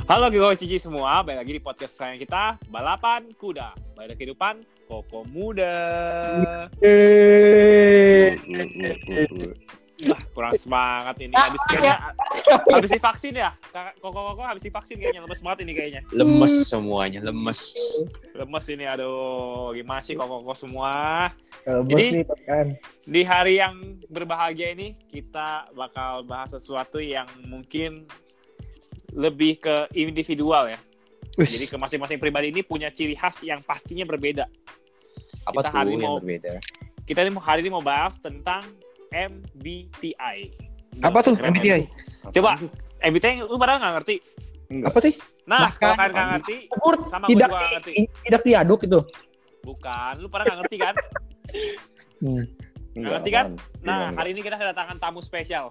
Halo Cici semua, balik lagi di podcast sayang kita, Balapan Kuda, Pada Kehidupan Koko Muda. Wah, kurang semangat ini. Habis divaksin ya? Koko habis divaksin kayaknya, lemes banget ini kayaknya. Lemes semuanya, lemes. Lemes ini, aduh. Gimana sih Koko semua? Jadi di hari yang berbahagia ini, kita bakal bahas sesuatu yang mungkin lebih ke individual ya. Jadi ke masing-masing pribadi ini punya ciri khas yang pastinya berbeda. Apa kita tuh yang berbeda? Kita hari ini mau bahas tentang MBTI. Apa tuh MBTI? Coba MBTI lu pada nggak ngerti? Apa sih? Nah, kalau kalian nggak ngerti, sama gue juga nggak ngerti. Tidak diaduk itu. Bukan, lu pada nggak ngerti kan? Nggak ngerti kan? Nah, hari ini kita kedatangan tamu spesial.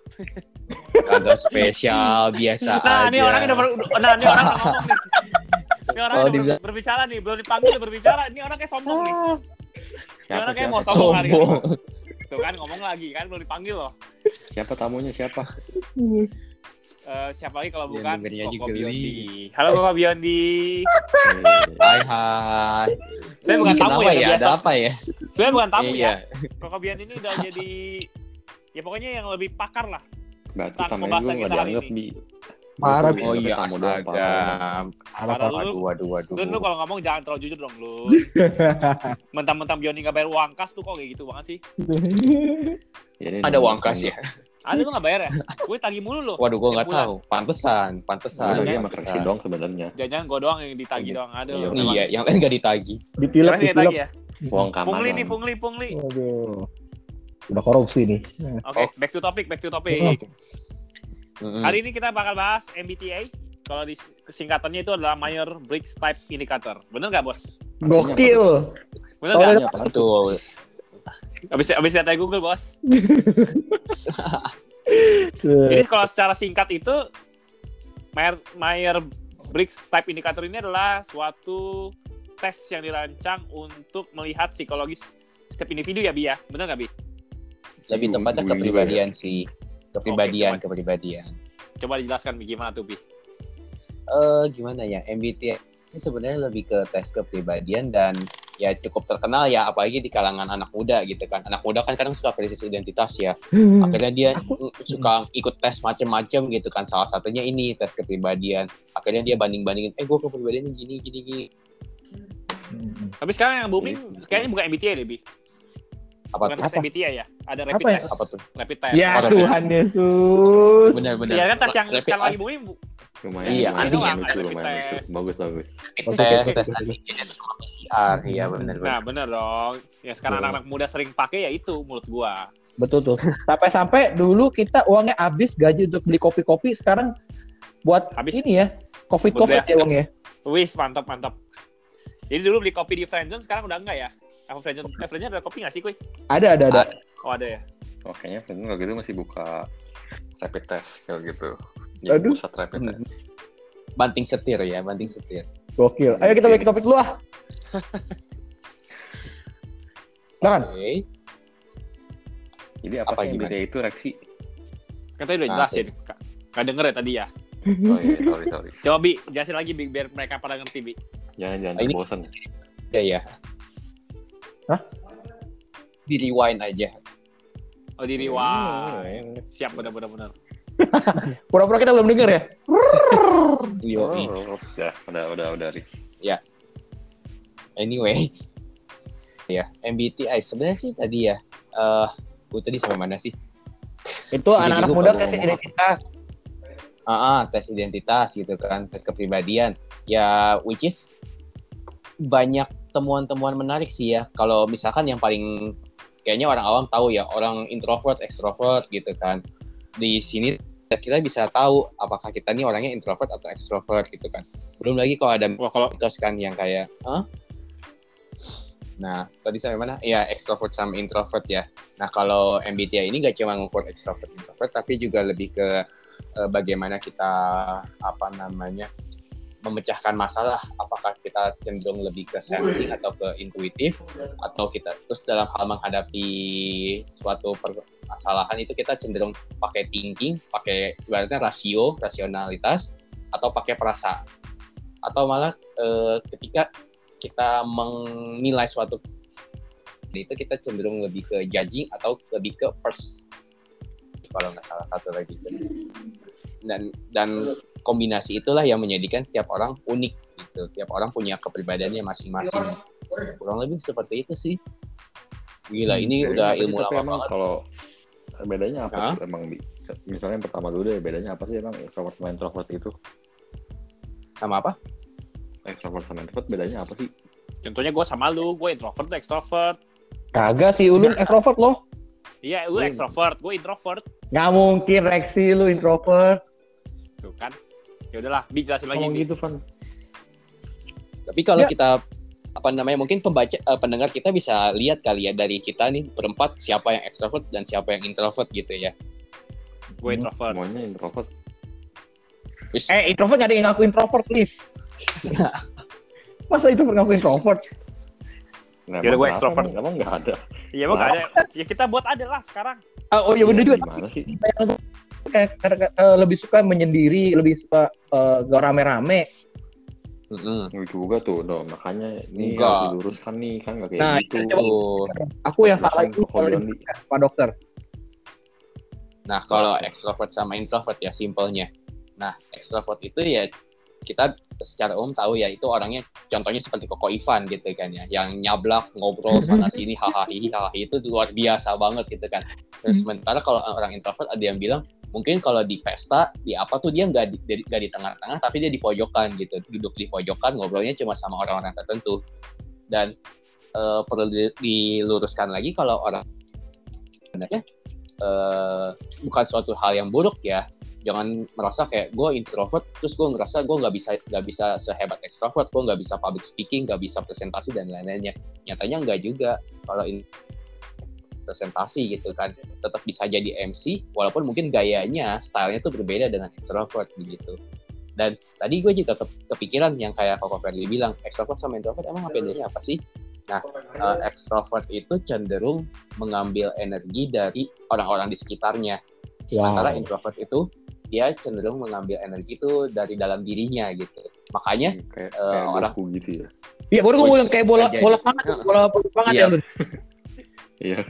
Agak spesial, biasa nah, aja. Ini orang udah ngomong nih. Ini orang udah berbicara nih, belum dipanggil berbicara. Ini orang kayak sombong nih. Ini orang kayak mau sombong hari ini. Tuh kan ngomong lagi kan, belum dipanggil loh. Siapa tamunya, siapa? Siapa lagi kalau bukan Koko Biondi. Halo Koko Biondi. Hai. Saya bukan tamu ya, biasa. Ada apa ya? Saya bukan tamu ya. Koko Biondi ini udah jadi ya pokoknya yang lebih pakar lah. Berarti Tentang sama pembahasan gue kita nggak hari dianggap ini. di. Marah. Oh iya, astaga. Waduh. Lu kalau ngomong jangan terlalu jujur dong lu. Mentang-mentang Biondi nggak bayar uang kas tuh kok kayak gitu banget sih. Ada uang kas ya? Ada tuh nggak bayar ya? Gue tagih mulu loh. Waduh, gue nggak tahu. Pantesan. Dia mah kasih dong sebenarnya. Jangan gue doang yang ditagih doang. Ada. Iya, yang lain nggak ditagih. Ditilep ya. Uang keamanan. Pungli. Aduh. Udah korupsi nih. Oke, back to topic. Hari ini kita bakal bahas MBTI. Kalau di singkatannya itu adalah Myers-Briggs Type Indicator. Bener nggak, Bos? Gokil. Bener nggak? Betul. Abis lihat dari Google, Bos. Jadi kalau secara singkat itu Myers-Briggs Type Indicator ini adalah suatu tes yang dirancang untuk melihat psikologis setiap individu ya, Bi ya. Bener nggak, Bi? Lebih tepatnya kepribadian sih. Kepribadian. Coba dijelaskan Bi, gimana tuh, Bi? Gimana ya? MBTI ini sebenarnya lebih ke tes kepribadian dan ya cukup terkenal ya, apalagi di kalangan anak muda gitu kan. Anak muda kan kadang suka krisis identitas ya. Akhirnya dia suka ikut tes macam-macam gitu kan. Salah satunya ini tes kepribadian. Akhirnya dia banding-bandingin, gue kepribadiannya gini. Tapi sekarang yang booming kayaknya bukan MBTI deh, Bi. Apa bukan tuh? tes MBTI ya? Ada rapid Apa ya? test. Apa tuh? Rapid test. Ya Tuhan Yesus. Benar. Iya kan tes yang Rapid sekarang lagi test. booming. Lumayan. Iya, lumayan antigen. lucu. Bagus. Tes antigen sama PCR. Iya benar. Nah, bener dong. Ya sekarang anak-anak muda sering pakai ya itu menurut gua. Betul tuh. Sampai dulu kita uangnya habis gaji untuk beli kopi-kopi, sekarang buat Habis. ini ya. Covid ya uangnya. Wis, mantap. Jadi dulu beli kopi di Friendzone, sekarang udah enggak ya? Apa Friendzone ada kopi nggak sih, Kuy? Ada. Oh, ada ya? Oh, kayaknya kalau gitu masih buka rapid test kalau gitu. Aduh. Pusat rapid test. Banting setir. Gokil. Ayo kita bagi topik dulu ah. Jangan. Oke. Jadi apa sih gimana? MBTI itu, Reksi? Kan tadi udah jelasin. Nggak denger ya tadi ya? Oh iya, sorry. Coba, Bi, jelasin lagi, Bi, biar mereka pada ngerti, Bi. Jangan Ini- bosan. Ya. Hah? Di rewind aja. Oh, diri, wah. Siap, benar. Pura-pura kita belum denger ya. Yoi. Udah, Rik. Anyway. Ya, MBTI sebenarnya sih tadi ya. Gue tadi sama mana sih? Itu Jadi anak-anak gue muda kalau tes ngomong identitas. Tes identitas gitu kan, tes kepribadian. Ya, which is banyak temuan-temuan menarik sih ya. Kalau misalkan yang paling kayaknya orang awam tahu ya, orang introvert, extrovert gitu kan. Di sini kita bisa tahu apakah kita nih orangnya introvert atau extrovert gitu kan. Belum lagi kalau ada mitos kan yang kayak, Nah, tadi sampai mana? Ya, extrovert sama introvert ya. Nah, kalau MBTI ini nggak cuma ngukur extrovert, introvert, tapi juga lebih ke bagaimana kita memecahkan masalah, apakah kita cenderung lebih ke sensing atau ke intuitif, atau kita terus dalam hal menghadapi suatu permasalahan itu kita cenderung pakai thinking, pakai ibaratnya rasionalitas, atau pakai perasaan, atau malah ketika kita menilai suatu itu kita cenderung lebih ke judging atau lebih ke kalau nggak salah satu lagi. Dan kombinasi itulah yang menjadikan setiap orang unik gitu. Tiap orang punya kepribadiannya masing-masing. Kurang lebih seperti itu sih. Gila, ini udah ilmu tapi lama emang banget. Kalau bedanya apa Hah? tuh emang misalnya yang pertama dulu deh, bedanya apa sih emang extrovert sama introvert itu? Sama apa? Extrovert sama introvert bedanya apa sih? Contohnya gue sama lu, gue introvert, lu extrovert. Kagak sih, Ulun extrovert loh. Iya, lu extrovert, gue introvert. Nggak mungkin Rexi lu introvert. Tuh kan. Ya udahlah, dijelasin lagi. Ngomong Bi. gitu, Van. Tapi kalau Ya. kita mungkin pendengar kita bisa lihat kali ya dari kita nih berempat siapa yang extrovert dan siapa yang introvert gitu ya. Gue introvert. Semuanya introvert. Introvert nggak ada yang ngaku introvert, please. Masa introvert ngaku introvert? Nah, Yaudah, gue kenapa extrovert. Emang nggak ada. Iya, emang gak ada. Ya kita buat ada lah sekarang. Oh iya bener juga. Gimana sih? Kayak lebih suka menyendiri, lebih suka gak rame-rame. Juga tuh, dong. Makanya ini Enggak. harus diluruskan nih, kan nggak kayak Nah, gitu. Aku yang salah itu Kok Jondi? Pak Dokter. Nah, kalau extrovert sama introvert ya simpelnya. Nah, extrovert itu ya kita secara umum tahu ya itu orangnya contohnya seperti Koko Ivan gitu kan ya, yang nyablak ngobrol sana sini hahaha itu luar biasa banget gitu kan. Terus sementara kalau orang introvert ada yang bilang mungkin kalau di pesta di apa tuh dia nggak di tengah-tengah tapi dia di pojokan gitu, duduk di pojokan ngobrolnya cuma sama orang-orang tertentu. Dan perlu diluruskan lagi kalau orang sebenarnya bukan suatu hal yang buruk ya. Jangan merasa kayak gue introvert terus gue ngerasa gue nggak bisa sehebat extrovert, gue nggak bisa public speaking, nggak bisa presentasi dan lain-lainnya. Nyatanya nggak juga. Kalau presentasi gitu kan tetap bisa jadi MC walaupun mungkin gayanya, stylenya tuh berbeda dengan extrovert begitu. Dan tadi gue juga kepikiran yang kayak Koko Ferdi bilang, extrovert sama introvert emang bedanya apa sih? Nah, extrovert itu cenderung mengambil energi dari orang-orang di sekitarnya. Sementara introvert itu dia cenderung mengambil energi itu dari dalam dirinya gitu. Makanya kayak orang aku gitu ya. Iya, baru gue bilang kayak bola semangat, bola semangat ya lu. Iya.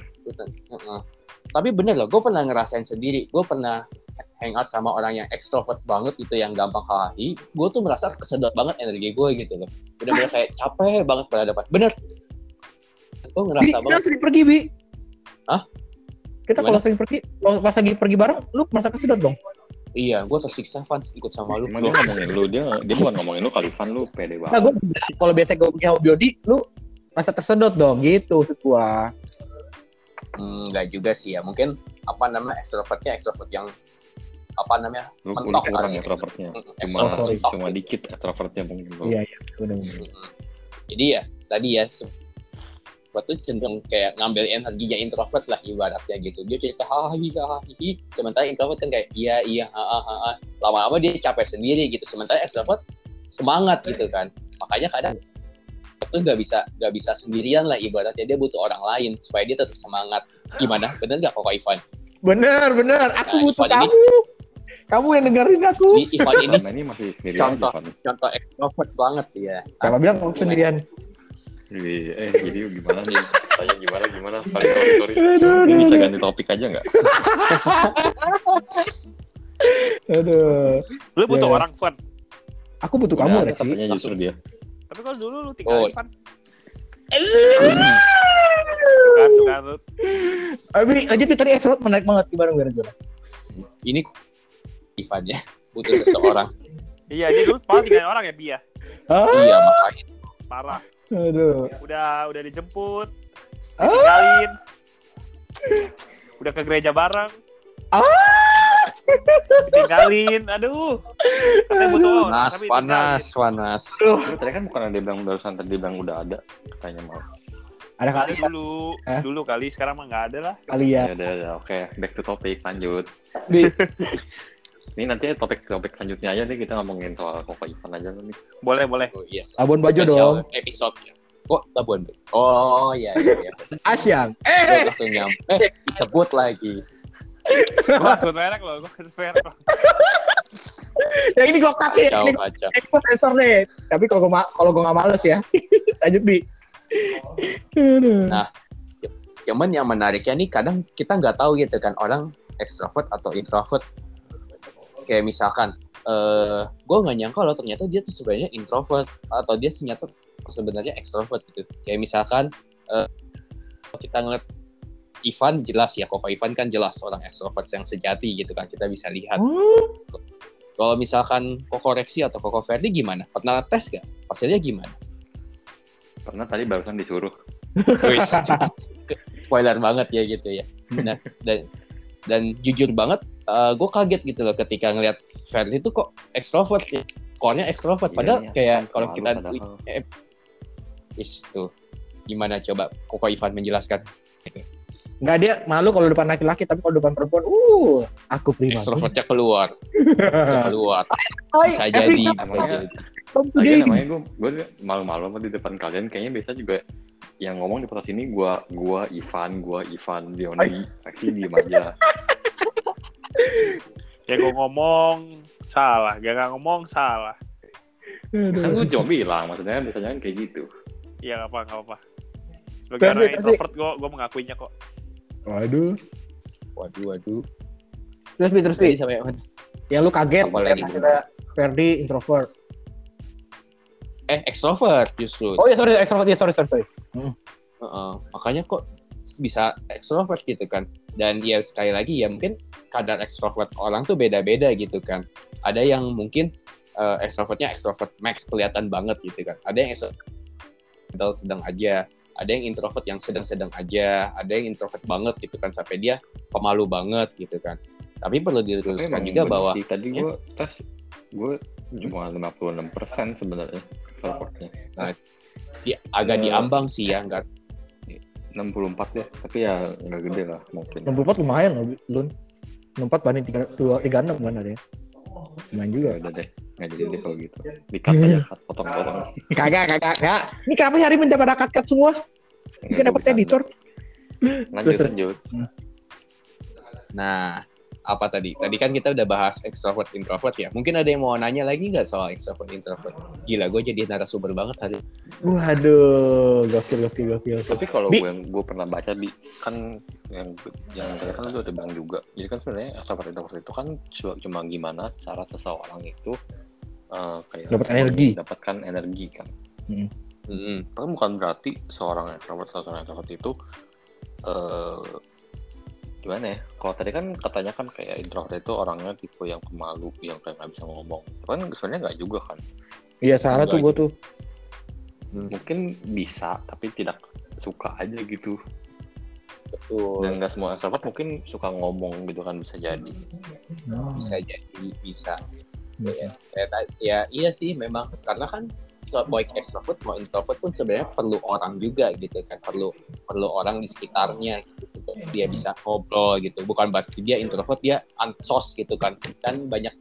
Tapi bener loh, gue pernah ngerasain sendiri. Gue pernah hangout sama orang yang extrovert banget itu yang gampang hahaha. Gue tuh merasa kesedot banget energi gue gitu loh. Bener-bener kayak capek banget berhadapan. Bener. Gue ngerasa banget. Kita sering pergi, Bi. Hah? Kita kalau sering pergi, pas lagi pergi bareng, lu merasa kesedot dong? Iya, gue tersiksa Van ikut sama lu. Emang dia ngomongin lu, dia bukan ngomongin lu kali, Van, lu pede Nah, banget. gue kalau biasa gue pergi sama Biodi, lu merasa tersedot dong, gitu gua. Enggak juga sih ya. Mungkin extrovert yang Lu mentok kurang kali ya. extrovertnya. sorry. Cuma dikit extrovertnya mungkin lu. Iya, benar-benar. Jadi ya tadi ya gue tuh cenderung kayak ngambil energinya introvert lah ibaratnya gitu. Dia cerita hahaha, sementara introvert kan kayak iya ha. Lama-lama dia capek sendiri gitu. Sementara extrovert semangat gitu kan. Makanya kadang itu nggak bisa sendirian lah ibaratnya, dia butuh orang lain supaya dia tetap semangat. Gimana? Bener nggak Koko Ivan? Bener. Aku butuh Ivan kamu. Kamu yang dengerin aku. Ivan ini Selama ini masih sendirian aja, Van. contoh extrovert banget ya. Siapa bilang kamu sendirian? Jadi gimana nih? Tanya gimana? Sorry. Ini bisa ganti topik aja nggak? Aduh. Lu butuh Ya. orang fun. Aku butuh Udah kamu, ada Rexi. katanya justru dia. Tapi kalau dulu lu tinggalin Oh. Van. Tuh kan lu. Abi, aja tuh tadi extrovert menarik banget gimana. Ini Ivan ya butuh seseorang. Iya, dia dulu paling tinggalin orang ya dia. Iya makanya. Parah. Aduh. Udah dijemput. Ditinggalin. Udah ke gereja bareng. Ditinggalin. Aduh. Katanya butuh orang. tapi Panas. Tapi tadi kan bukan ada yang bilang barusan tadi bilang udah ada katanya mau. Ada ditinggalin. kali ya? Dulu kali, sekarang mah nggak ada lah. Kali ya. Ya udah, oke. Back to topik, lanjut. Bi, Ini nanti topik selanjutnya aja nih kita ngomongin soal Koko Ivan aja nih. Boleh. Oh, yes. Labuan Bajo Spesial dong. episode. Kok Labuan Bajo? Oh iya. Asyang. Gue langsung disebut lagi. Gue sebut merek loh. Yang ini gue cut ya. Ini gue sensor nih. Tapi kalau gue nggak males ya. Lanjut Bi. Nah, cuman yang menariknya nih kadang kita nggak tahu gitu kan orang extrovert atau introvert. Kayak misalkan, gue nggak nyangka loh ternyata dia tuh sebenarnya introvert atau dia sebenarnya extrovert gitu. Kayak misalkan kita ngeliat Ivan jelas ya, Koko Ivan kan jelas orang extrovert yang sejati gitu kan, kita bisa lihat. Kalau misalkan Koko Rexi atau Koko Ferdi gimana? Pernah tes gak? Hasilnya gimana? Pernah tadi barusan disuruh. Spoiler banget ya gitu ya. Nah, dan jujur banget, gue kaget gitu loh ketika ngeliat Ferdi tuh kok extrovert ya. Skornya extrovert, padahal kayak kalau kita itu gimana coba Koko Ivan menjelaskan? Enggak, dia malu kalau depan laki-laki, tapi kalau depan perempuan, aku prima. Extrovertnya keluar. Bisa jadi. Namanya gue malu-malu sama di depan kalian. Kayaknya biasa juga yang ngomong di podcast ini gue Ivan, Dioni, Aksi diem aja. Ya gue ngomong salah, gak ngomong salah. Kan gue cuma bilang, maksudnya biasanya kan kayak gitu. Iya nggak apa. Sebagai orang introvert gue mengakuinya kok. Waduh. Terus Jadi sampai mana? Yang lu kaget Apalagi ada Ferdi introvert. Extrovert justru. Oh ya sorry extrovert ya sorry. Makanya kok bisa extrovert gitu kan. Dan ya sekali lagi ya mungkin kadar extrovert orang tuh beda-beda gitu kan. Ada yang mungkin extrovertnya extrovert max kelihatan banget gitu kan. Ada yang extrovert sedang aja. Ada yang introvert yang sedang-sedang aja, ada yang introvert banget gitu kan sampai dia pemalu banget gitu kan. Tapi perlu diluruskan juga bahwa tadi gue tes gue cuma 56% sebenarnya extrovertnya. Nah, agak diambang sih ya, enggak 64 deh, tapi ya nggak gede lah mungkin. 64 lumayan loh, Lun. 64 banding 36 kan ada ya. Lumayan juga. Udah deh, nggak jadi deh kalau gitu. Di-cut aja, potong-potong. Kagak. Ini kenapa hari mendapat cut semua? Ini kan dapat editor. Lanjut. Nah, apa tadi? Tadi kan kita udah bahas extrovert introvert ya. Mungkin ada yang mau nanya lagi nggak soal extrovert introvert? Gila, gue jadi narasumber banget hari. Waduh, gokil. Tapi kalau gue pernah baca kan yang tadi kan lu ada bilang juga. Jadi kan sebenarnya extrovert introvert itu kan cuma gimana cara seseorang itu kayak dapatkan energi kan. Tapi bukan berarti seorang extrovert itu gimana ya? Kalau tadi kan katanya kan kayak introvert itu orangnya tipe yang pemalu, yang kayak nggak bisa ngomong. Kan sebenarnya nggak juga kan? Iya salah tuh gue tuh. Mungkin bisa, tapi tidak suka aja gitu. Betul. Dan nggak semua extrovert mungkin suka ngomong gitu kan, bisa jadi. Bisa. Ya iya sih memang karena kan baik extrovert mau introvert pun sebenarnya perlu orang juga gitu kan, perlu orang di sekitarnya gitu. Dia bisa ngobrol gitu, bukan berarti dia introvert dia ansos gitu kan. Dan banyak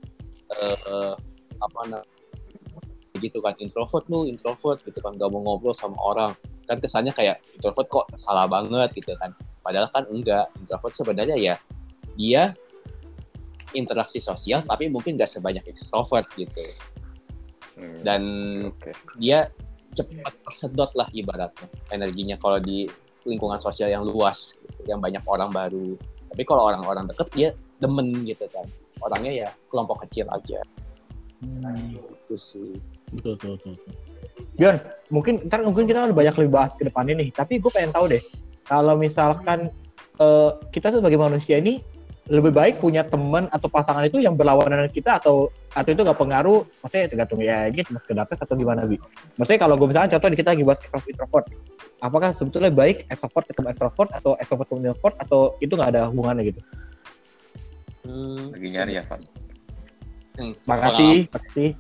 gitu kan, introvert gitu kan, gak mau ngobrol sama orang kan, kesannya kayak introvert kok salah banget gitu kan, padahal kan enggak. Introvert sebenarnya ya dia interaksi sosial tapi mungkin gak sebanyak extrovert gitu. Dan dia cepat tersedot lah ibaratnya energinya kalau di lingkungan sosial yang luas gitu, yang banyak orang baru. Tapi kalau orang-orang deket dia demen gitu kan, orangnya ya kelompok kecil aja. Itu sih. Betul. Bion, mungkin kita udah banyak lebih bahas ke depannya nih, tapi gue pengen tahu deh, kalau misalkan kita tuh sebagai manusia ini lebih baik punya teman atau pasangan itu yang berlawanan dengan kita atau itu nggak pengaruh, maksudnya tergantung ya gitu sekedar tes atau gimana Bi? Maksudnya kalau gue misalnya contoh kita lagi buat introvert, apakah sebetulnya baik extrovert ketemu extrovert atau extrovert ketemu introvert atau itu nggak ada hubungannya gitu? Lagi nyari ya Pak. Makasih.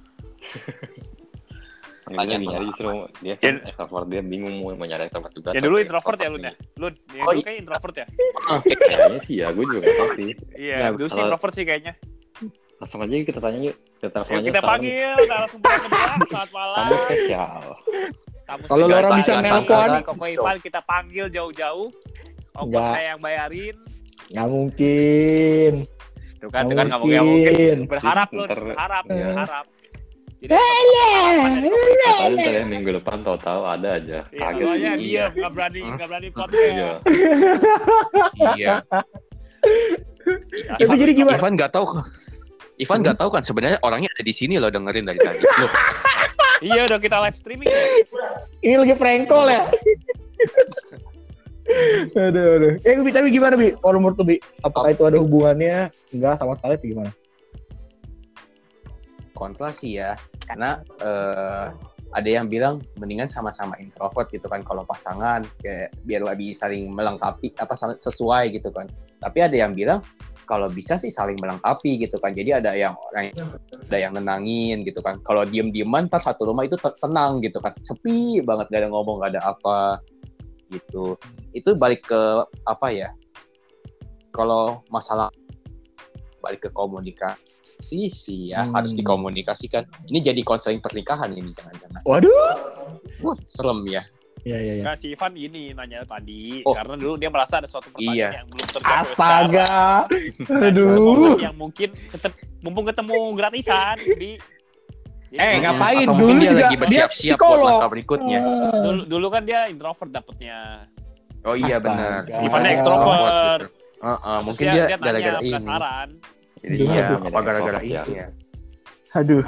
Lagi nyari justru dia kan extrovert, dia bingung mau nyari extrovert juga. Ya dulu introvert ya Lun ya? Lun, kayaknya introvert ya? Kayaknya sih ya, gue juga gak tau sih. Iya, dulu sih introvert sih kayaknya. Langsung aja kita tanya yuk. Kita panggil narasumber yang kedua. Selamat malam. Tamu spesial. Kalau orang bisa nelpon Koko Ivan kita panggil jauh-jauh. Ongkos saya yang bayarin. Nggak mungkin. Tuh kan nggak mungkin. Berharap lo, berharap. Jadi katanya ntar ya minggu depan tahu-tahu ada aja. Kaget. Iya, nggak berani podcast. Iya. Tapi jadi gimana? Ivan nggak tahu kan sebenarnya orangnya ada di sini loh, dengerin dari tadi. Loh. Iya, udah kita live streaming. Ini lagi prank call ya. Aduh. Tapi gimana Bi? Kalau menurut Bi, apakah itu ada hubungannya? Enggak sama sekali atau gimana? Kontra sih ya, karena ada yang bilang mendingan sama-sama introvert gitu kan kalau pasangan, kayak biar lebih saling melengkapi sesuai gitu kan. Tapi ada yang bilang kalau bisa sih saling melengkapi gitu kan. Jadi ada yang nenangin gitu kan. Kalau diem-dieman pas satu rumah itu tenang gitu kan. Sepi banget, gak ada ngomong, gak ada apa gitu. Itu balik ke apa ya? Kalau masalah balik ke komunikasi sih ya, harus dikomunikasikan. Ini jadi konseling pernikahan ini jangan-jangan. Waduh. Serem ya. Iya. Nggak, si Ivan ini nanya tadi karena dulu dia merasa ada suatu pertanyaan yang belum terjawab. Astaga. Aduh. Yang mungkin mumpung ketemu gratisan di. Ngapain atau dulu mungkin dia juga lagi bersiap-siap buat langkah berikutnya. Dulu kan dia introvert dapetnya. Oh iya benar. Ivannya ekstrovert. Mungkin dia gara-gara ini. Penasaran. Iya, apa gara-gara ini ya? Aduh.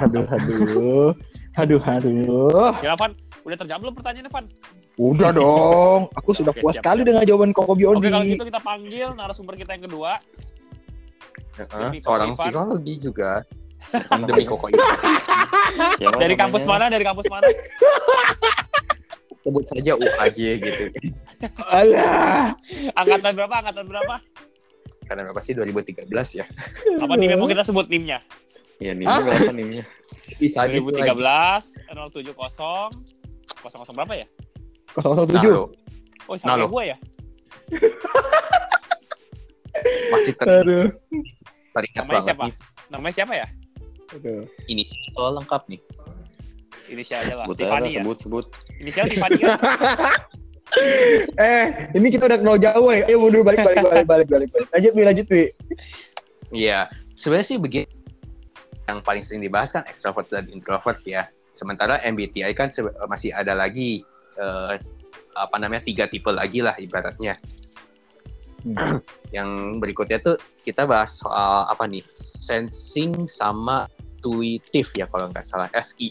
Ya, Van, udah terjawab belum pertanyaannya, Van? Udah dong. Aku sudah puas sekali dengan jawaban Koko Biondi. Oke, kalau gitu kita panggil narasumber kita yang kedua. Seorang psikologi juga. Demi Koko itu. Dari kampus mana? Sebut saja UAJ gitu. Alah. Angkatan berapa? Karena berapa sih 2013 ya? Apa nih mau kita sebut NIM-nya? Iya, NIM-nya berapa NIM-nya? Bisa 2013 070 00 berapa ya? 007. Oh, sama gue ya? Masih teringat Namanya banget siapa? nih. Namanya siapa ya? Aduh. Inisial lengkap nih. Inisial aja lah. Sebut Tiffany ya? Sebut. Inisial Tiffany kan? Ini kita udah kenal jauh ya. Ayo mundur balik. Lanjut, Wi. Iya, sebenarnya sih begini. Yang paling sering dibahas kan extrovert dan introvert ya. Sementara MBTI kan masih ada lagi 3 tipe lagi lah ibaratnya. Yang berikutnya tuh kita bahas soal apa nih? Sensing sama intuitive ya kalau nggak salah, SI.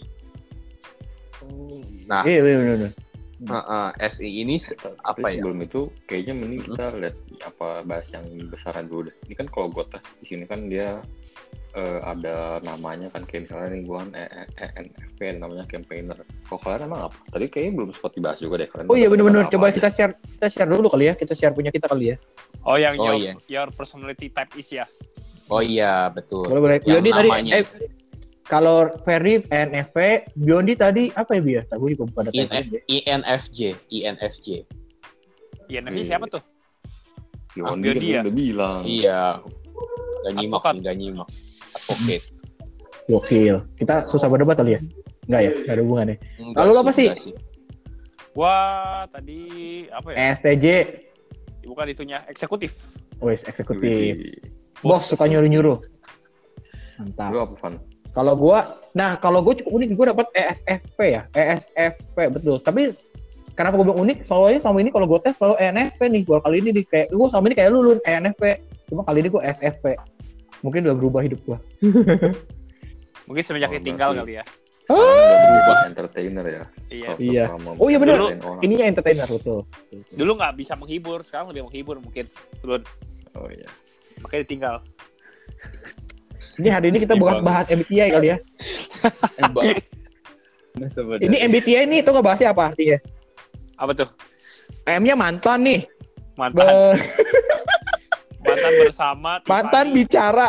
Nah, benar. SI ini apa ya? Sebelum itu kayaknya mending kita lihat bahas yang besaran dulu deh. Ini kan kalau gue tes di sini kan dia ada namanya kan, kayak misalnya nih gue kan ENFP namanya campaigner. Kalau kalian emang apa? Tadi kayaknya belum sempat dibahas juga deh kalian. Oh iya benar. Coba kita share dulu kali ya. Kita share punya kita kali ya. Oh yang your personality type is ya. Oh iya betul. Boleh. Yang Biondi namanya tadi kalau Ferry ENFP, Biondi tadi apa ya Bia? Aku juga bukan data INFJ. INFJ siapa tuh? Biondi udah bilang. Iya. Gak nyimak. Advocate. Gokil. Kita susah berdebat kali ya? Enggak ya? Enggak ada hubungannya. Lalu apa sih? Wah, tadi apa ya? STJ. Bukan itunya, eksekutif. Wes, eksekutif. Bos suka nyuruh-nyuruh. Mantap. Lu apa, Van? Kalau gue cukup unik, gue dapat ESFP ya. ESFP, betul. Tapi kenapa gue bilang unik? Soalnya selama ini kalau gue tes selalu ENFP nih. Gue kali ini kayak gue selama ini kayak lu ENFP. Cuma kali ini gue ESFP. Mungkin udah berubah hidup gue. Mungkin semenjak ditinggal kali ya. Udah berubah entertainer ya. Iya. Oh iya benar. Ininya entertainer betul. Dulu nggak bisa menghibur, sekarang lebih menghibur mungkin. Oh iya. Makanya ditinggal. Ini hari ini kita bahas MBTI kali ya. Ini MBTI ini tuh ngebahasnya apa artinya? Apa tuh? M-nya mantan nih. Mantan bersama Tiffany. Mantan bicara.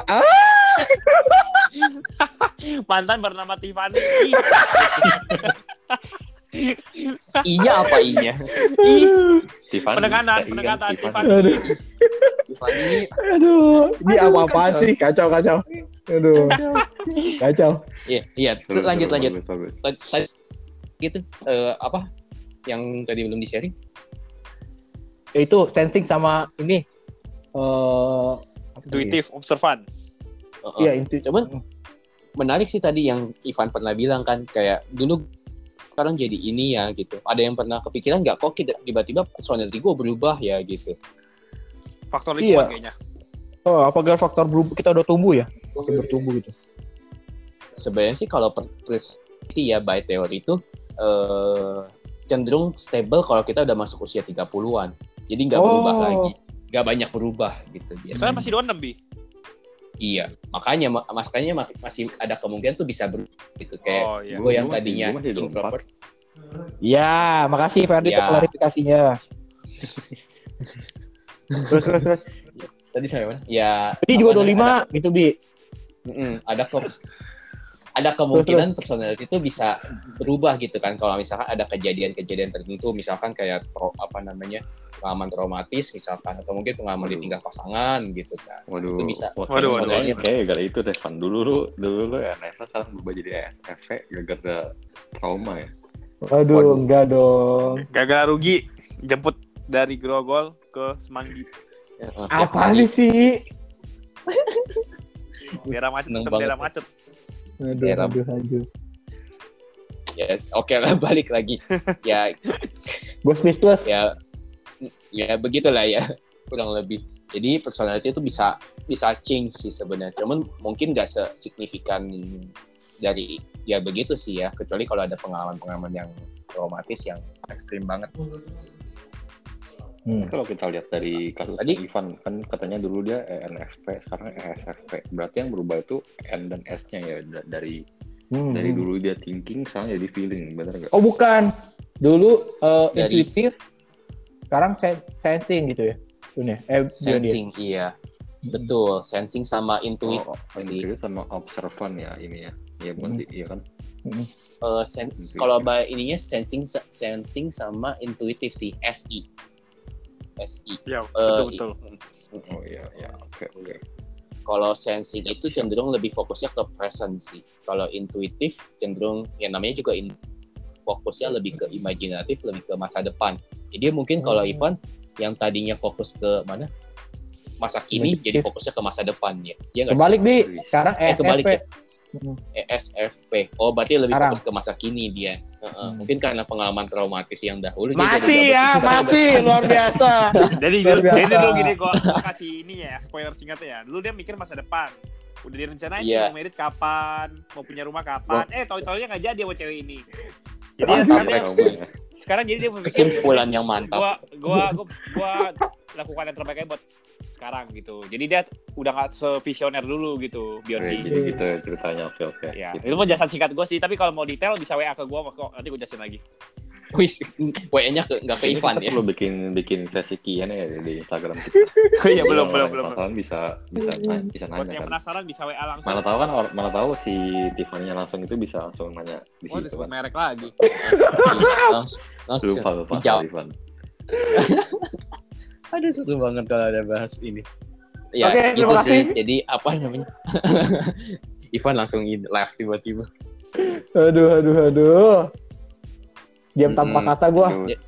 Mantan bernama Tiffany. I-nya apa I-nya? Pendekatan Tiffany. Aduh, ini apa-apaan sih? Kacau. Aduh. Kacau. Iya. Lanjut. Bagus. Gitu, apa yang tadi belum di-sharing? Itu sensing sama ini Intuitive, observan. Iya, intuitif. Cuman menarik sih tadi yang Ivan pernah bilang kan, kayak dulu sekarang jadi ini ya gitu. Ada yang pernah kepikiran nggak kok tiba-tiba personality gue berubah ya gitu. Faktor lingkungan kayaknya. Oh, apakah faktor berubah kita udah tumbuh ya? Makin bertumbuh gitu. Sebenarnya sih kalau personality ya by teori itu cenderung stable kalau kita udah masuk usia 30-an. Jadi nggak berubah lagi. Nggak banyak berubah gitu. Biasanya masih 26, Bi. Iya, makanya masih ada kemungkinan tuh bisa berubah gitu. Kayak gue yang tadinya introvert. Ya, makasih Ferdi untuk klarifikasinya. terus. Tadi sampai mana? Ya. Tadi juga 25 gitu, Bi. Ada kemungkinan personality itu bisa berubah gitu kan. Kalau misalkan ada kejadian-kejadian tertentu, misalkan kayak pengalaman traumatis misalkan, atau mungkin pengalaman ditinggal pasangan gitu kan. Waduh. Itu bisa. Waduh. Kayak gara itu deh, Van. Dulu lu NF sekarang berubah jadi ESFP gara-gara trauma ya. Waduh, enggak dong. Gara-gara rugi jemput dari Grogol ke Semanggi. Apa nih sih? Daerah macet, daerah macet. Aduh. Ya, oke lah, balik lagi. Ya, gue speechless. Ya begitulah ya, kurang lebih. Jadi personality itu bisa change sih sebenarnya. Cuman mungkin nggak sesignifikan dari ya begitu sih ya. Kecuali kalau ada pengalaman-pengalaman yang traumatis yang ekstrim banget. Kalau kita lihat dari kasus Ivan, kan katanya dulu dia ENFP, sekarang ESFP. Berarti yang berubah itu N dan S-nya ya, dari dulu dia thinking, sekarang jadi feeling, benar nggak? Oh bukan, dulu intuitif, sekarang sensing gitu ya? Sensing, iya. Betul, sensing sama intuitif sih. Sama observan ya ini ya. Iya bukan iya kan? Kalau ininya sensing sama intuitif sih, SI. Ya, betul. Oh iya, oke. Kalau sensing itu cenderung lebih fokusnya ke present sih. Kalau intuitif cenderung, ya namanya juga fokusnya lebih ke imajinatif, lebih ke masa depan. Jadi mungkin kalau Ivan yang tadinya fokus ke mana? Masa kini, jadi fokusnya ke masa depan ya. Kebalik Bi, sekarang kebalik ya. ESFP. Oh, berarti lebih fokus ke masa kini dia. Mungkin karena pengalaman traumatis yang dahulu. Masih luar biasa. Jadi dulu gini, gua kasih ini ya, spoiler singkatnya ya. Dulu dia mikir masa depan. Udah direncanain mau merit kapan, mau punya rumah kapan. Tahu-taunya nggak jadi sama cewek ini. Jadi sekarang jadi dia kesimpulan yang mantap. Gua lakukan yang terbaik buat sekarang gitu. Jadi dia udah nggak sevisioner dulu gitu, Biondi. Jadi gitu ya ceritanya. Oke. Ya, itu penjelasan singkat gue sih. Tapi kalau mau detail bisa WA ke gue, kok nanti gue jelasin lagi. Wis, WA-nya nggak ke Ivan ya? Perlu bikin sesi Kian ya di Instagram kita. Iya belum. Penasaran bisa nanya. Buat yang penasaran bisa WA langsung. Mana tahu si Tiffany-nya langsung itu bisa langsung nanya di situ kan. Merek lagi. Langsung lupa Ivan. Aduh, seru banget kalau ada bahas ini. Ya, gitu sih. Jadi apa namanya? Ivan langsung live tiba-tiba. Aduh. Diam tanpa kata gua.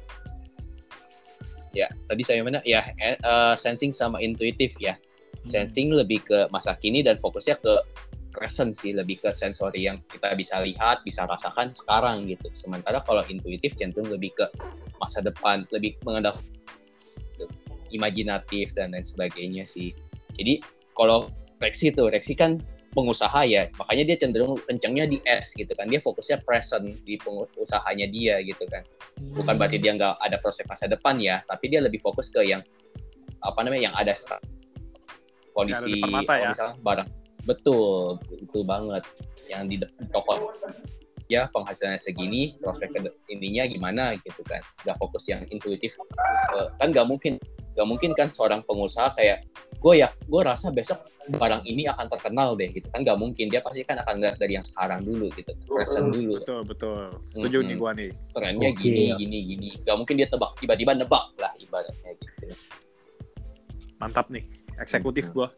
Ya, tadi saya mana? Ya, sensing sama intuitif ya. Sensing lebih ke masa kini dan fokusnya ke present sih, lebih ke sensori yang kita bisa lihat, bisa rasakan sekarang gitu. Sementara kalau intuitif cenderung lebih ke masa depan, lebih mengandalkan imajinatif dan lain sebagainya sih. Jadi kalau Rexy kan pengusaha ya, makanya dia cenderung kencangnya di S gitu kan, dia fokusnya present di usahanya dia gitu kan. Bukan berarti dia nggak ada prospek masa depan ya, tapi dia lebih fokus ke yang yang ada kondisi misalnya barang. Betul banget yang di toko ya penghasilannya segini, prospek intinya gimana gitu kan. Nggak fokus yang intuitif, kan nggak mungkin kan seorang pengusaha kayak gue rasa besok barang ini akan terkenal deh gitu kan, nggak mungkin. Dia pasti kan akan lihat dari yang sekarang dulu gitu, present dulu. Betul setuju nih gue nih, trennya gini nggak mungkin dia tiba-tiba nebak lah ibaratnya gitu. Mantap nih eksekutif gue,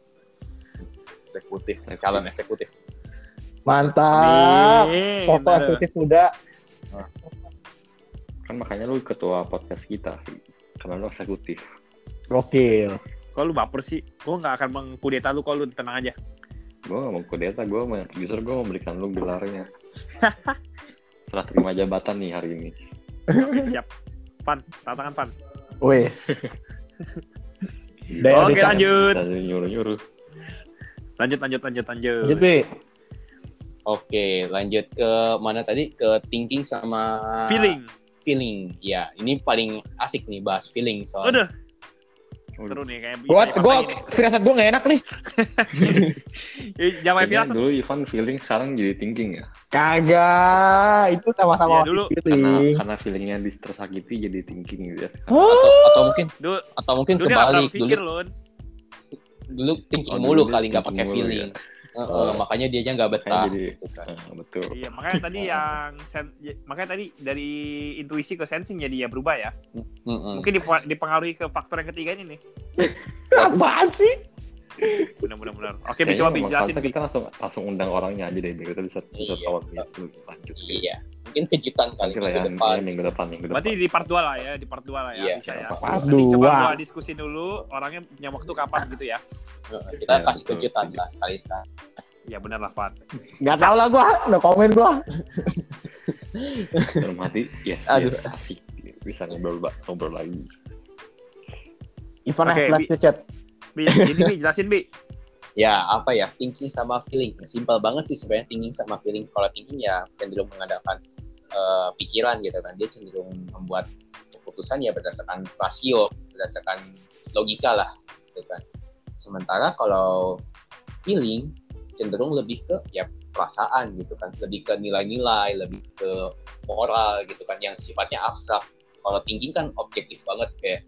calon eksekutif. Mantap. Foto eksekutif muda. Kan makanya lu ketua podcast kita karena lu eksekutif. Gokil. Kalau lu baper sih, gue nggak akan mengkudeta lu, kalau lu tenang aja. Gue gak mau kudeta, justru gue memberikan lu gelarnya. Setelah terima jabatan nih hari ini. Oke, siap. Van, tantangan Van. Wes. Oke, lanjut. Bisa nyuruh-nyuruh. Lanjut. Lanjut, Bi. Oke, lanjut ke mana tadi? Ke thinking sama feeling. Ya, ini paling asik nih bahas feeling soalnya. Udah. Seru nih kayak Gua firasat gua enggak enak nih. Jangan Kayaknya firasat. dulu Ivan feeling, sekarang jadi thinking ya. Kagak, itu sama-sama Ya, dulu. feeling. Karena feelingnya tersakiti jadi thinking gitu ya. Atau mungkin Dulu kebalik. pikir, Lun. Dulu thinking dulu mulu dia kali nggak thinking pakai mulu, feeling. ya. Makanya dia aja nggak betah. Jadi, gitu kan. betul. Iya, makanya tadi makanya tadi dari intuisi ke sensing jadi ya berubah ya. Mungkin dipengaruhi ke faktor yang ketiga ini nih. Apaan sih? Benar. Oke, coba jelasin. Kita langsung undang orangnya aja deh, biar kita bisa tahu gitu. Lanjut. Iya. Mungkin kejutan kali Nanti lah ya, minggu depan. Berarti di part 2 lah ya, Iya, bisa ya. part Nanti 2. coba gua diskusi dulu orangnya punya waktu kapan gitu ya. Kita kasih kejutan lah sekali-sekali. Ya benar lah, Fat. Enggak tahu lah gua, udah komen gua. Dalam hati, yes, asik. Bisa ngobrol lagi. Ivan Oke, flash chat. Bi, ini jelasin, Bi. Ya, apa ya? Thinking sama feeling. Simpel banget sih sebenarnya thinking sama feeling. Kalau thinking ya cenderung mengadakan pikiran gitu kan. Dia cenderung membuat keputusan ya berdasarkan rasio, berdasarkan logika lah gitu kan. Sementara kalau feeling cenderung lebih ke ya perasaan gitu kan, lebih ke nilai-nilai, lebih ke moral gitu kan, yang sifatnya abstrak. Kalau thinking kan objektif banget, kayak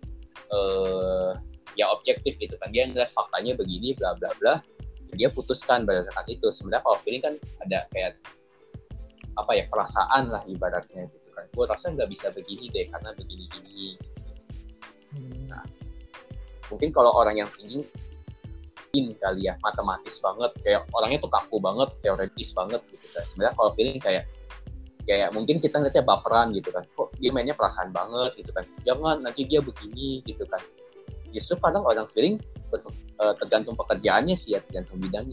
ya objektif gitu kan, dia ngeliat faktanya begini bla bla bla, dia putuskan berdasarkan itu. Sebenarnya kalau feeling kan ada kayak apa ya, perasaan lah ibaratnya gitu kan, gue rasa nggak bisa begini deh karena begini-gini gitu. Nah, mungkin kalau orang yang thinking kali ya, matematis banget, kayak orangnya tuh kaku banget, teoretis banget gitu kan. Sebenarnya kalau feeling kayak mungkin kita ngeliatnya baperan gitu kan, kok dia mainnya perasaan banget gitu kan, jangan nanti dia begini gitu kan. Justru kadang orang feeling tergantung pekerjaannya sih ya, tergantung bidangnya.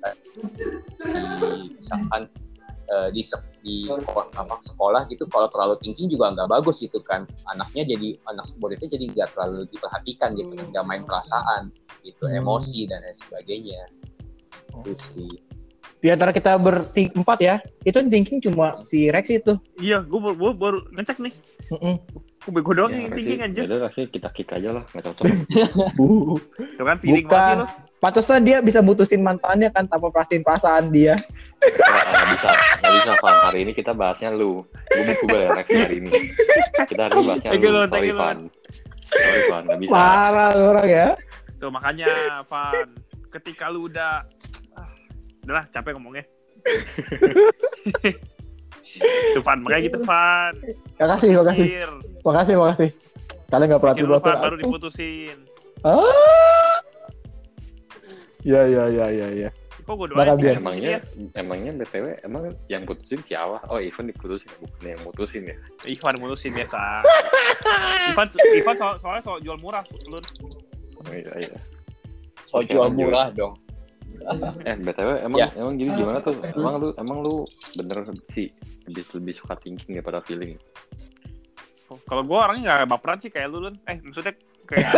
Misalkan di sekolah gitu, kalau terlalu thinking juga nggak bagus gitu kan, anak muridnya jadi nggak terlalu diperhatikan gitu kan, nggak main perasaan gitu, emosi dan lain sebagainya. Itu sih. Di antara kita berempat ya, itu thinking cuma si Rex itu. Iya, gue baru ngecek nih. Gue bego doang yang thinking anjir. Ya udah kita kick aja lah, nggak cocok. Itu kan feeling banget sih lo. Pantesan dia bisa mutusin mantannya kan tanpa pastiin perasaan dia. Nggak bisa, Van. Hari ini kita bahasnya lu. Gue buku Rex hari ini. Kita hari ini bahasnya lu. Sorry, Van. Nggak bisa. Parah orang ya. Tuh makanya, Van. Ketika lu udah udahlah, capek ngomongnya. Tuh, Van. Makanya gitu, Van. Makasih. Kalian nggak perhatiin lu, Van, baru diputusin. Ya. Kok gue doain emangnya BTW emang yang putusin siapa? Oh, Ivan diputusin, bukan yang mutusin ya? Ivan mutusin biasa. Ivan soalnya jual murah, Lun. Oh iya. So jual murah dong. BTW emang jadi gimana tuh? Emang lu bener sih lebih suka thinking daripada feeling? Kalau gue orangnya nggak baperan sih kayak lu, Lun. Maksudnya kayak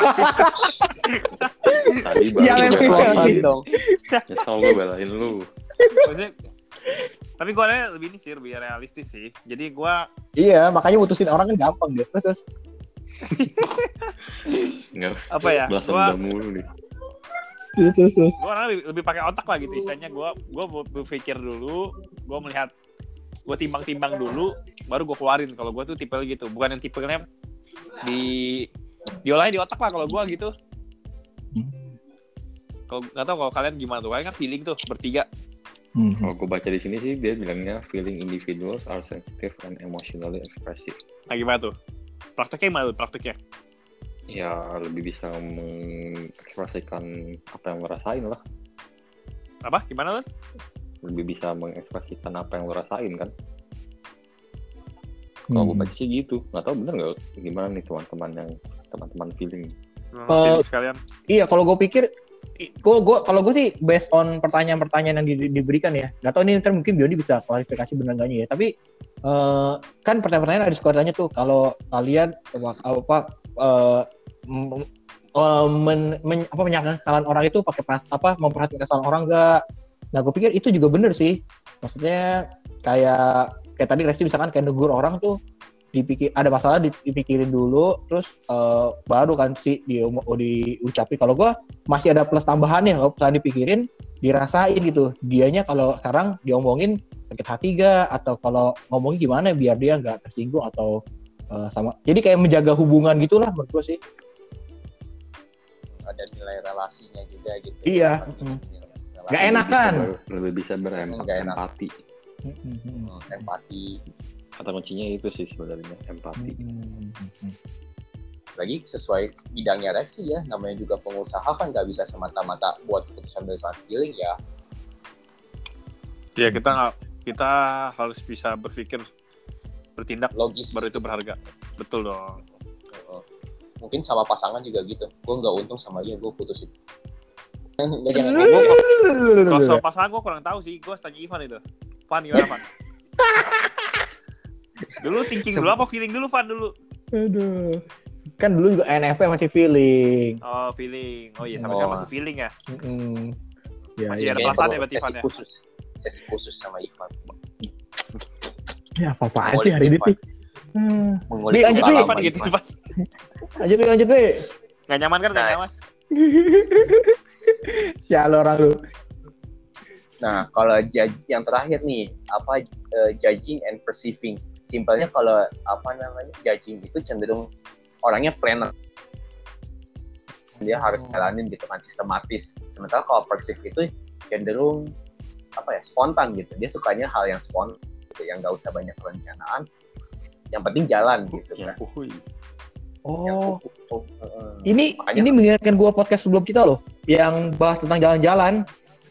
tadi baru dong. Nyesel gue belain lu. Maksudnya, tapi gue lebih realistis sih. Jadi gue makanya mutusin orang kan gampang deh. Terus nggak apa ya? Gue mulu nih. Gue orang lebih pakai otak lah gitu istilahnya. Gue berpikir dulu, gue melihat, gue timbang-timbang dulu, baru gue keluarin. Kalau gue tuh tipe gitu, bukan yang tipenya diolahnya di otak lah kalau gue gitu. Kalau nggak tahu kalau kalian gimana tuh, kalian kan feeling tuh bertiga. Kalau gue baca di sini sih dia bilangnya feeling individuals are sensitive and emotionally expressive. Nah gimana tuh? Prakteknya gimana tuh prakteknya? Ya lebih bisa mengekspresikan apa yang lo rasain lah. Apa? Gimana tuh? Lebih bisa mengekspresikan apa yang lo rasain kan. Kalau gue baca sih gitu. Nggak tahu bener nggak gimana nih teman-teman feeling. Feeling sekalian. Iya, kalau gue pikir Kalau gue sih based on pertanyaan-pertanyaan yang diberikan ya. Gak tau nih ntar mungkin Biodi bisa klarifikasi benar gak ya. Tapi kan pertanyaan-pertanyaan ada skornya tuh. Kalau kalian menyalahkan kesalahan orang itu pakai memperhatikan kesalahan orang nggak? Nah gue pikir itu juga bener sih. Maksudnya kayak tadi Resti misalkan kayak negur orang tuh ada masalah dipikirin dulu, terus baru kan sih diucapin. Kalau gue masih ada plus tambahannya, kalau misalnya dipikirin, dirasain gitu. Dianya kalau sekarang diomongin sakit hati gak, atau kalau ngomongin gimana biar dia nggak tersinggung atau sama. Jadi kayak menjaga hubungan gitulah menurut gue sih. Ada nilai relasinya juga gitu. Iya. Gak enak kan? Lebih bisa berempati. Empati. Kata kuncinya itu sih sebenarnya, empati. Lagi sesuai bidangnya Rexy ya, namanya juga pengusaha kan nggak bisa semata-mata buat keputusan berdasarkan feeling ya. Ya kita harus bisa berpikir, bertindak logis. Baru itu berharga. Betul dong. Mungkin sama pasangan juga gitu. Gue nggak untung sama dia, gue putusin. Kalau sama pasangan gue kurang tahu sih. Gue tanya Ivan itu. Van gimana Van? Dulu thinking dulu apa feeling dulu Van dulu? Aduh. Kan dulu juga NFP masih feeling. Oh feeling. Oh iya sama-sama masih feeling ya. Ya, masih ada perasaan ya berarti Ivan ya. Sesi khusus sama Ivan. Ya apa-apaan sih hari ini sih. Lanjut nih Ivan gitu Ivan. Lanjut nih. Gak nyaman kan? Gak nyaman. Sial orang lu. Nah, kalau yang terakhir nih, judging and perceiving. Simpelnya kalau judging itu cenderung orangnya planner. Dia harus jalanin gitu kan, sistematis. Sementara kalau perceive itu cenderung spontan gitu. Dia sukanya hal yang spontan gitu, yang nggak usah banyak perencanaan. Yang penting jalan gitu kan. Oh. Ini mengingatkan gua podcast sebelum kita loh, yang bahas tentang jalan-jalan.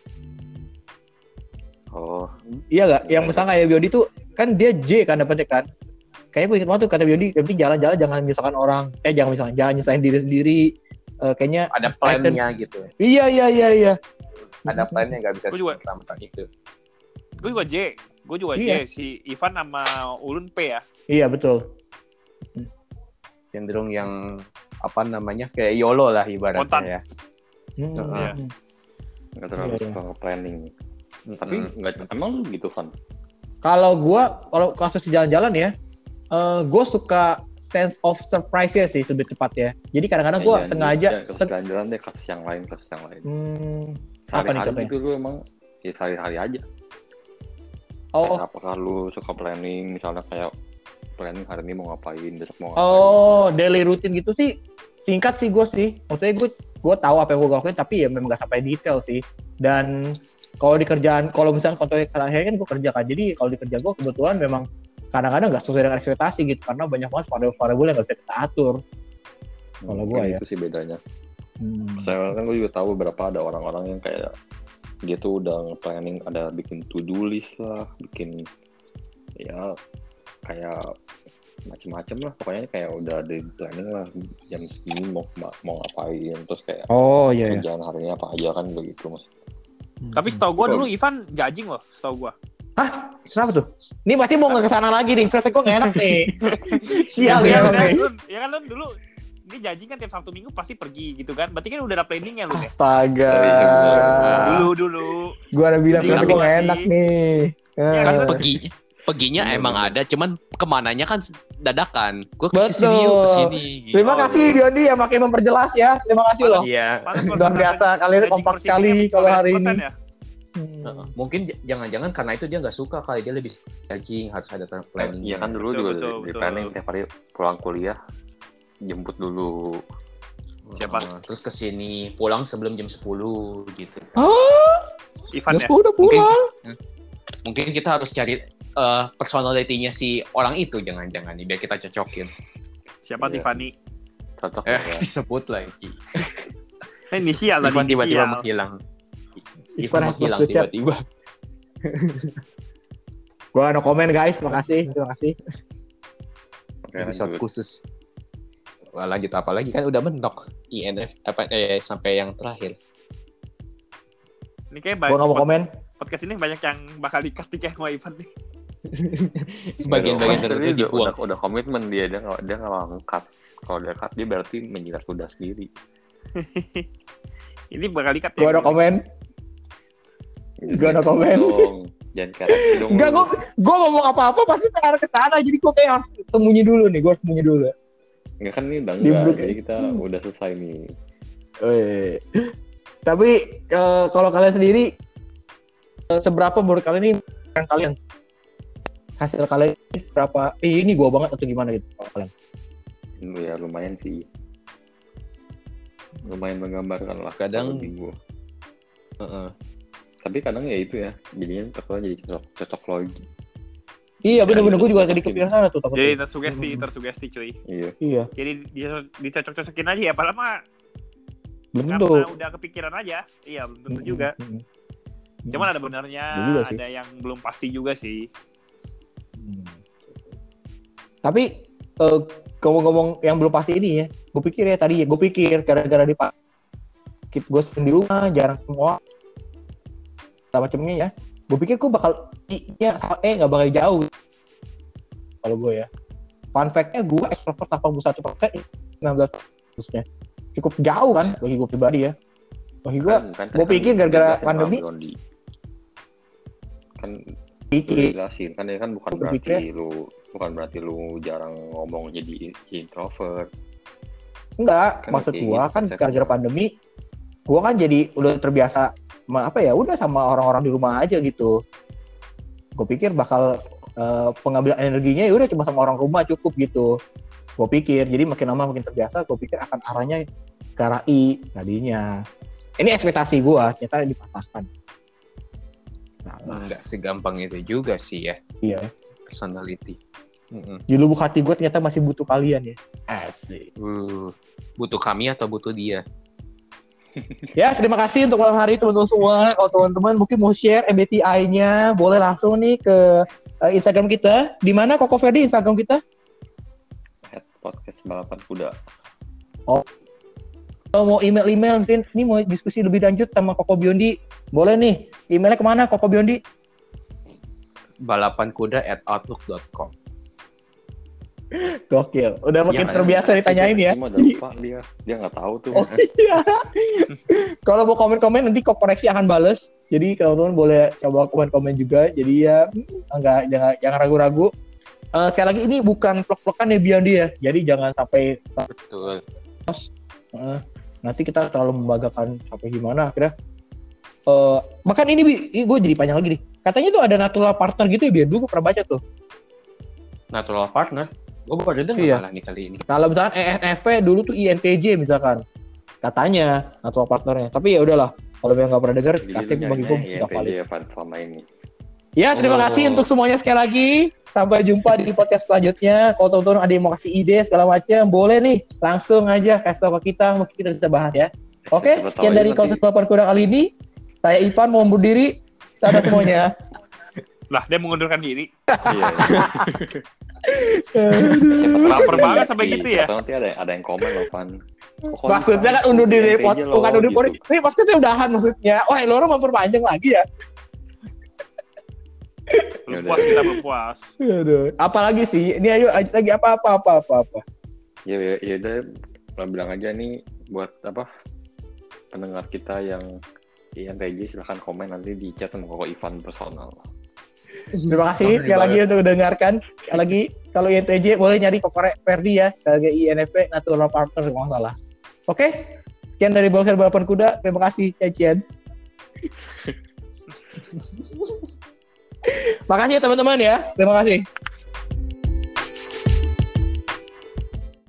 Oh. Iya nggak? Yang misalnya kayak Biodi tuh kan dia J kan dapetnya kan. Kayaknya gue ingat banget tuh kata Biodi, yang penting jalan-jalan jangan misalkan orang, jangan nyusahin diri sendiri. Kayaknya ada plan-nya gitu. Iya. Ada plan-nya, nggak bisa sama itu. Gue juga J. J. Si Ivan sama Ulun P ya. Iya betul. Cenderung yang kayak YOLO lah ibaratnya ya. Nggak terlalu suka planning. Tapi emang lu gitu Van? Kalau kasus jalan-jalan ya, gue suka sense of surprise ya sih lebih tepat ya. Jadi kadang-kadang gue sengaja jalan-jalan deh kasus yang lain. Sehari-hari itu lu emang ya sehari-hari aja. Oh. Apakah lu suka planning, misalnya kayak planning hari ini mau ngapain, besok mau ngapain? Oh, daily routine gitu sih. Singkat sih gue sih. Maksudnya gue tahu apa yang gue lakuin, tapi ya memang gak sampai detail sih. Dan kalau di kerjaan, kalau misalnya contohnya terakhir kan gue kerja kan. Jadi kalau di kerja gue kebetulan memang kadang-kadang gak sesuai dengan ekspektasi gitu. Karena banyak banget variabel yang gak bisa kita atur. Kalau gue ya. Itu sih bedanya. Saya kan gue juga tahu beberapa ada orang-orang yang kayak dia tuh udah planning, ada bikin to-do list lah, bikin ya kayak macem-macem lah, pokoknya kayak udah ada planning lah jam segini mau ngapain, terus kayak kerjaan harinya apa aja kan begitu mas. Tapi setahu gue dulu Ivan judging loh, setahu gue. Hah? Kenapa tuh? Ini pasti mau ke sana lagi nih, impresnya gue gak enak nih. Sial ya kan lu dulu dia judging kan tiap Sabtu Minggu pasti pergi gitu kan. Berarti kan udah ada planningnya lu ya. Astaga. Dulu. Gue udah bilang gue gak enak nih. Kan Peginya emang ada, cuman kemananya kan dadakan. Gue kesini. Terima kasih Dioni yang makin memperjelas ya. Terima kasih loh. Iya. Luar biasa, kalian kompak sekali kalau hari ini. Ya? Mungkin jangan-jangan karena itu dia nggak suka kali, dia lebih judging, harus ada planning. Iya kan dulu juga di planning tiap hari pulang kuliah jemput dulu. Siapa? Terus kesini pulang sebelum jam 10 gitu. Ivan ya? Udah pulang. Mungkin kita harus cari personality-nya si orang itu, jangan-jangan nih biar kita cocokin. Siapa Tiffany? Cocok ya. Disebut lagi. Inisial tadi. Tiba-tiba menghilang. Ivan menghilang tiba-tiba. Gua no komen guys, terima kasih. Episode khusus. Wah, lanjut apa lagi kan udah mentok INF sampai yang terakhir. Ini kayak Gue nggak mau komen. Podcast ini banyak yang bakal di-cut kayak sama Ivan nih. Bagian-bagian tertentu dibuang. Udah komitmen dia nggak mau ngangkat. Kalau dia cut dia berarti menjilat kuda sendiri. Ini bakal di-cut Gue ya. ada komen. Gue ada komen. Jangan kayak dong. Enggak, gue ngomong apa-apa pasti terarah ke sana. Jadi gue kayak harus sembunyi dulu nih. Gue harus sembunyi dulu. Enggak kan ini udah enggak. Jadi kita udah selesai nih. Tapi kalau kalian sendiri seberapa menurut kalian hasil kalian ini berapa? Ini gue banget atau gimana gitu kalau kalian? Ya lumayan sih. Lumayan menggambarkan lah. Kadang gue. Tapi kadang ya itu ya, jadinya takutnya jadi cocok logi. Iya benar-benar gue juga tadi kepikiran sana tuh takutnya. Jadi tersugesti cuy. Iya. Jadi dicocok-cocokin aja ya, padahal mah belum karena tentu. udah kepikiran aja. Iya belum tentu juga. Cuman ada benarnya, ada yang belum pasti juga sih. Tapi ngomong-ngomong yang belum pasti ini ya, gue pikir gara-gara gue di rumah jarang semua macamnya ya, gue pikir gue bakal nggak bakal jauh kalau gue ya. Fun fact-nya gue extrovert 81%, 19% khususnya cukup jauh kan bagi gue pribadi ya. Bagi gue pikir gara-gara pandemi kan dijelasin kan ya kan bukan berarti lu jarang ngomong jadi introvert. Enggak, Kan maksud kayak gua gitu kan konsepnya. gara-gara pandemi gua kan jadi udah terbiasa udah sama orang-orang di rumah aja gitu. Gua pikir bakal pengambilan energinya ya udah cuma sama orang rumah cukup gitu. Gua pikir jadi makin lama makin terbiasa, gua pikir akan arahnya ke arah I tadinya. Ini ekspektasi gua, ternyata dipatahkan. nggak segampang itu juga sih ya. Iya. Personality. Di lubuk hati gue ternyata masih butuh kalian ya. Asik. Butuh kami atau butuh dia? Ya, terima kasih untuk malam hari teman-teman semua. Kalau teman-teman mungkin mau share MBTI-nya, boleh langsung nih ke Instagram kita. Di mana Koko Ferdi Instagram kita? Podcast balapan kuda. Kalau mau email mungkin ini mau diskusi lebih lanjut sama Koko Biondi, boleh nih. Emailnya kemana Koko Biondi? balapankuda@outlook.com. Gokil. Udah makin terbiasa ditanyain ya. Lupa dia nggak tahu tuh. Oh iya. Kalau mau komen-komen nanti kok koreksi akan bales. Jadi kalau teman boleh coba komen-komen juga. Jadi ya jangan ragu-ragu. Sekali lagi ini bukan vlog-vlogan ya Biondi ya. Jadi jangan sampai Betul. nanti kita terlalu membanggakan sampai gimana akhirnya. Bahkan ini gue jadi panjang lagi nih. Katanya tuh ada natural partner gitu ya Biar. Dulu gue pernah baca tuh. Natural partner. Gue baru dengar Iya. malah nih kali ini. Kalau misalkan ENFP dulu tuh INTJ misalkan. Katanya natural partnernya. Tapi ya udahlah. Kalau yang nggak pernah dengar, kasih bagi gue nggak valid. Ya selama ini. Ya terima kasih untuk semuanya sekali lagi. Sampai jumpa di podcast selanjutnya. Kalau teman-teman ada yang mau kasih ide segala macam, boleh nih langsung aja kasih tahu ke kita. Mungkin kita bisa bahas ya. Oke, sekian dari Kawasan Balapan Kuda kali ini. Saya Ivan mau undur diri. Dadah semuanya. Lah, dia mengundurkan diri. Iya. Laper banget sampai gitu ya. Nanti ada yang komen loh, Pan. Maksudnya kan undur diri, bukan undur diri. Ini maksudnya udahan maksudnya. Wah, lo orang memperpanjang lagi ya. Belum puas kita belum puas. Aduh. Apalagi sih? Ini ayo lanjut lagi apa. Ya udah bilang aja nih buat apa pendengar kita yang INTJ silahkan komen nanti di chat sama Koko Ivan personal. Terima kasih sekali lagi untuk mendengarkan. Sekali lagi kalau INTJ boleh nyari Koko Ferdi ya sebagai INFP natural partner kalau nggak salah. Oke, sekian dari Kawasan Balapan Kuda. Terima kasih Cacian. Makasih ya teman-teman ya. Terima kasih.